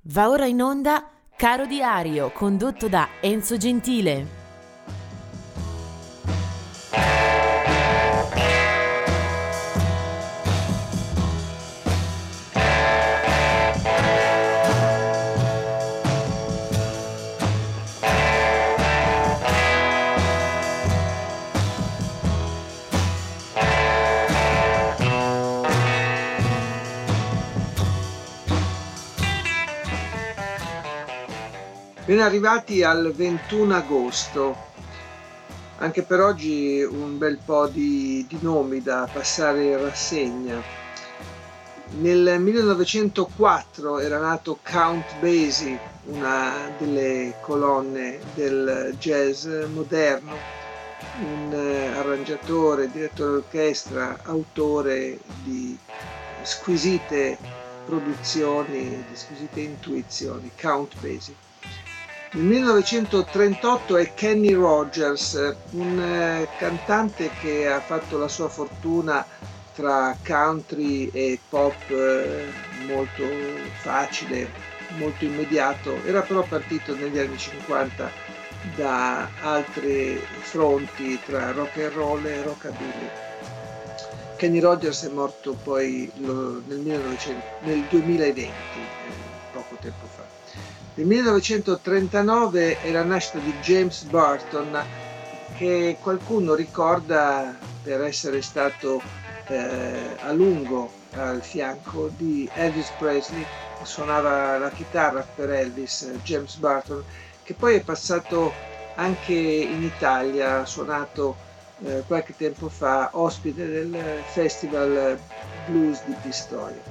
Va ora in onda Caro Diario, condotto da Enzo Gentile. Ben arrivati al 21 agosto, anche per oggi un bel po' di nomi da passare in rassegna. Nel 1904 era nato Count Basie, una delle colonne del jazz moderno, un arrangiatore, direttore d'orchestra, autore di squisite produzioni, di squisite intuizioni, Count Basie. Nel 1938 è Kenny Rogers, un cantante che ha fatto la sua fortuna tra country e pop molto facile, molto immediato. Era però partito negli anni 50 da altri fronti tra rock and roll e rockabilly. Kenny Rogers è morto poi nel 2020, poco tempo fa. Nel 1939 è la nascita di James Burton, che qualcuno ricorda per essere stato a lungo al fianco di Elvis Presley. Suonava la chitarra per Elvis, James Burton, che poi è passato anche in Italia, ha suonato qualche tempo fa ospite del Festival Blues di Pistoia.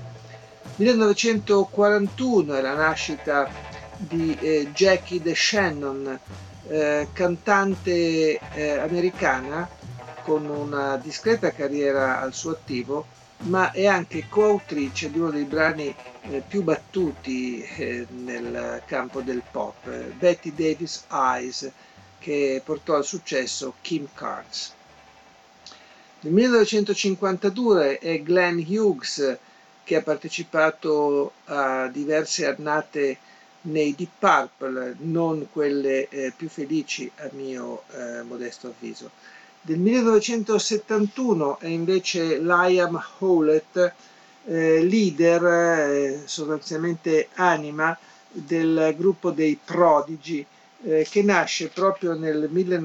1941 è la nascita di Jackie DeShannon, cantante americana con una discreta carriera al suo attivo, ma è anche coautrice di uno dei brani più battuti nel campo del pop, Betty Davis Eyes, che portò al successo Kim Carnes. Nel 1952 è Glenn Hughes, che ha partecipato a diverse annate nei Deep Purple, non quelle più felici a mio modesto avviso. Del 1971 è invece Liam Howlett, leader, sostanzialmente anima del gruppo dei Prodigy, che nasce proprio nel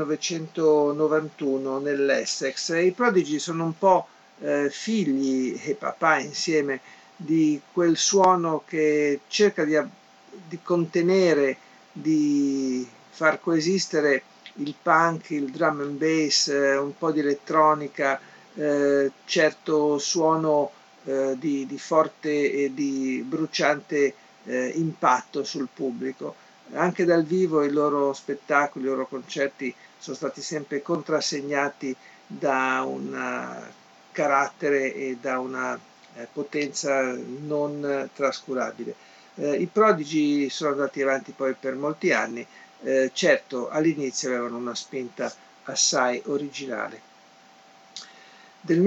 1991 nell'Essex. I Prodigy sono un po' figli e papà insieme di quel suono che cerca di contenere, di far coesistere il punk, il drum and bass, un po' di elettronica, certo suono di forte e di bruciante impatto sul pubblico. Anche dal vivo i loro spettacoli, i loro concerti sono stati sempre contrassegnati da un carattere e da una potenza non trascurabile. I Prodigy sono andati avanti poi per molti anni, certo all'inizio avevano una spinta assai originale. Del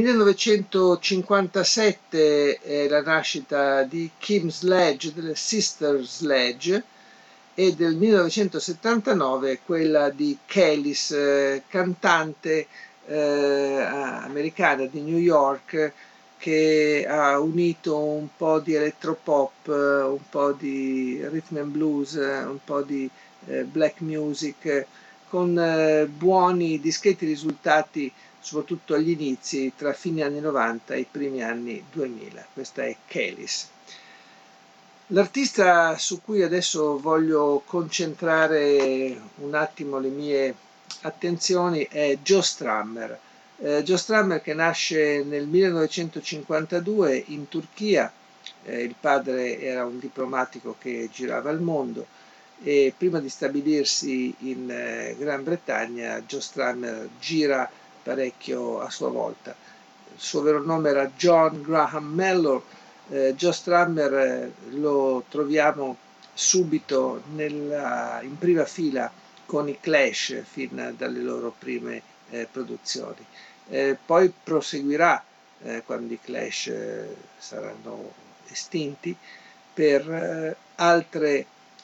1957 è la nascita di Kim Sledge, delle Sister Sledge, e del 1979 quella di Kelis, cantante americana di New York, che ha unito un po' di electropop, un po' di rhythm and blues, un po' di black music, con buoni, discreti risultati soprattutto agli inizi, tra fine anni 90 e i primi anni 2000. Questa è Kelis. L'artista su cui adesso voglio concentrare un attimo le mie attenzioni è Joe Strummer. Joe Strummer, che nasce nel 1952 in Turchia, il padre era un diplomatico che girava il mondo, e prima di stabilirsi in Gran Bretagna Joe Strummer gira parecchio a sua volta. Il suo vero nome era John Graham Mellor. Joe Strummer lo troviamo subito in prima fila con i Clash fin dalle loro prime produzioni. Poi proseguirà quando i Clash saranno estinti per altri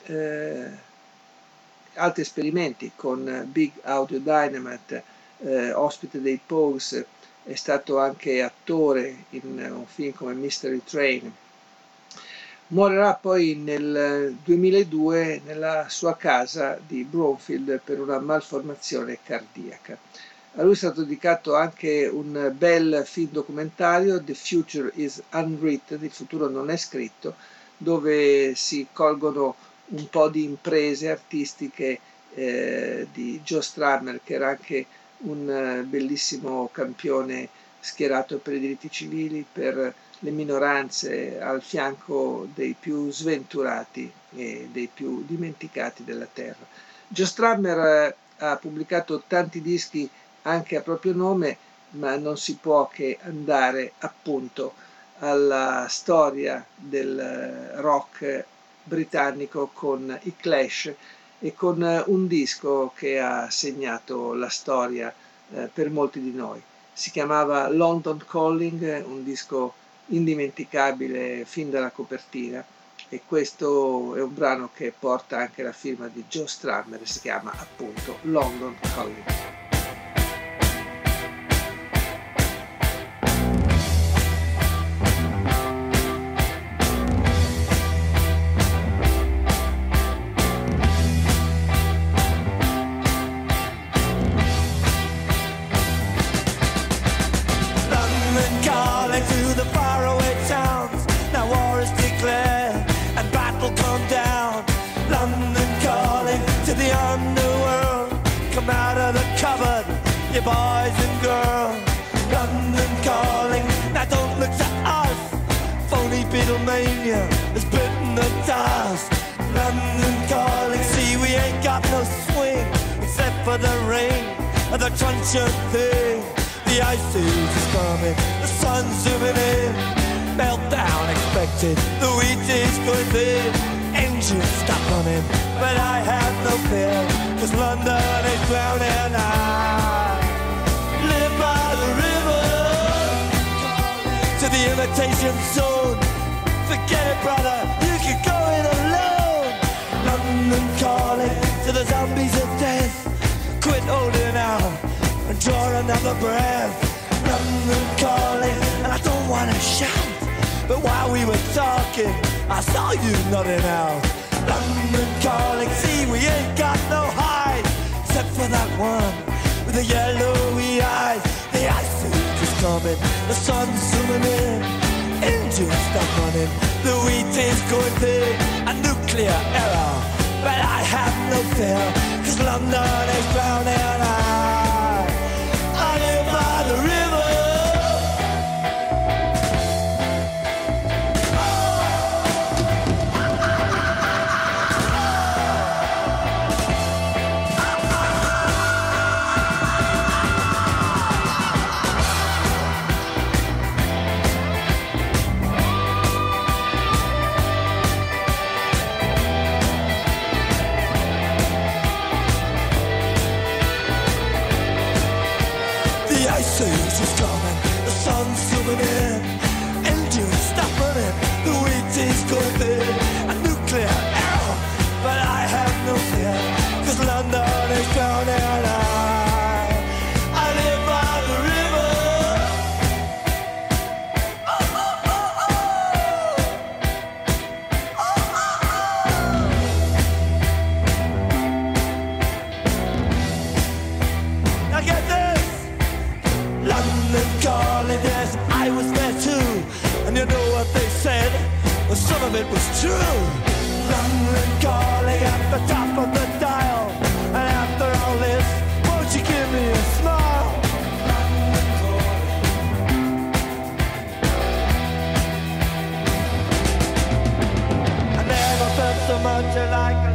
esperimenti con Big Audio Dynamite, ospite dei Pogues, è stato anche attore in un film come Mystery Train. Morirà poi nel 2002 nella sua casa di Broomfield per una malformazione cardiaca. A lui è stato dedicato anche un bel film documentario, The Future is Unwritten, il futuro non è scritto, dove si colgono un po' di imprese artistiche di Joe Strummer, che era anche un bellissimo campione schierato per i diritti civili, per le minoranze, al fianco dei più sventurati e dei più dimenticati della terra. Joe Strummer ha pubblicato tanti dischi anche a proprio nome, ma non si può che andare appunto alla storia del rock britannico con i Clash e con un disco che ha segnato la storia per molti di noi. Si chiamava London Calling, un disco indimenticabile fin dalla copertina, e questo è un brano che porta anche la firma di Joe Strummer, si chiama appunto London Calling. You boys and girls, London calling. Now don't look to us. Phony Beatlemania has bitten the dust. London calling. See, we ain't got no swing except for the rain and the truncheon thing. The ice age is coming. The sun's zooming in. Meltdown expected. The wheat is going thin. Engines stop running, but I have no fear, 'cause London is drowning. I by the river to the imitation zone. Forget it, brother, you can go it alone. London calling to the zombies of death. Quit holding out and draw another breath. London calling, and I don't want to shout, but while we were talking I saw you nodding out. London calling, see, we ain't got no hide except for that one with the yellowy eyes. The ice age is coming, the sun's zooming in. Engines stop running, the wheat is going thin. A nuclear error, but I have no fear, 'cause London is drowning. I live by the river. It was true. London calling at the top of the dial. And after all this, won't you give me a smile? I never felt so much like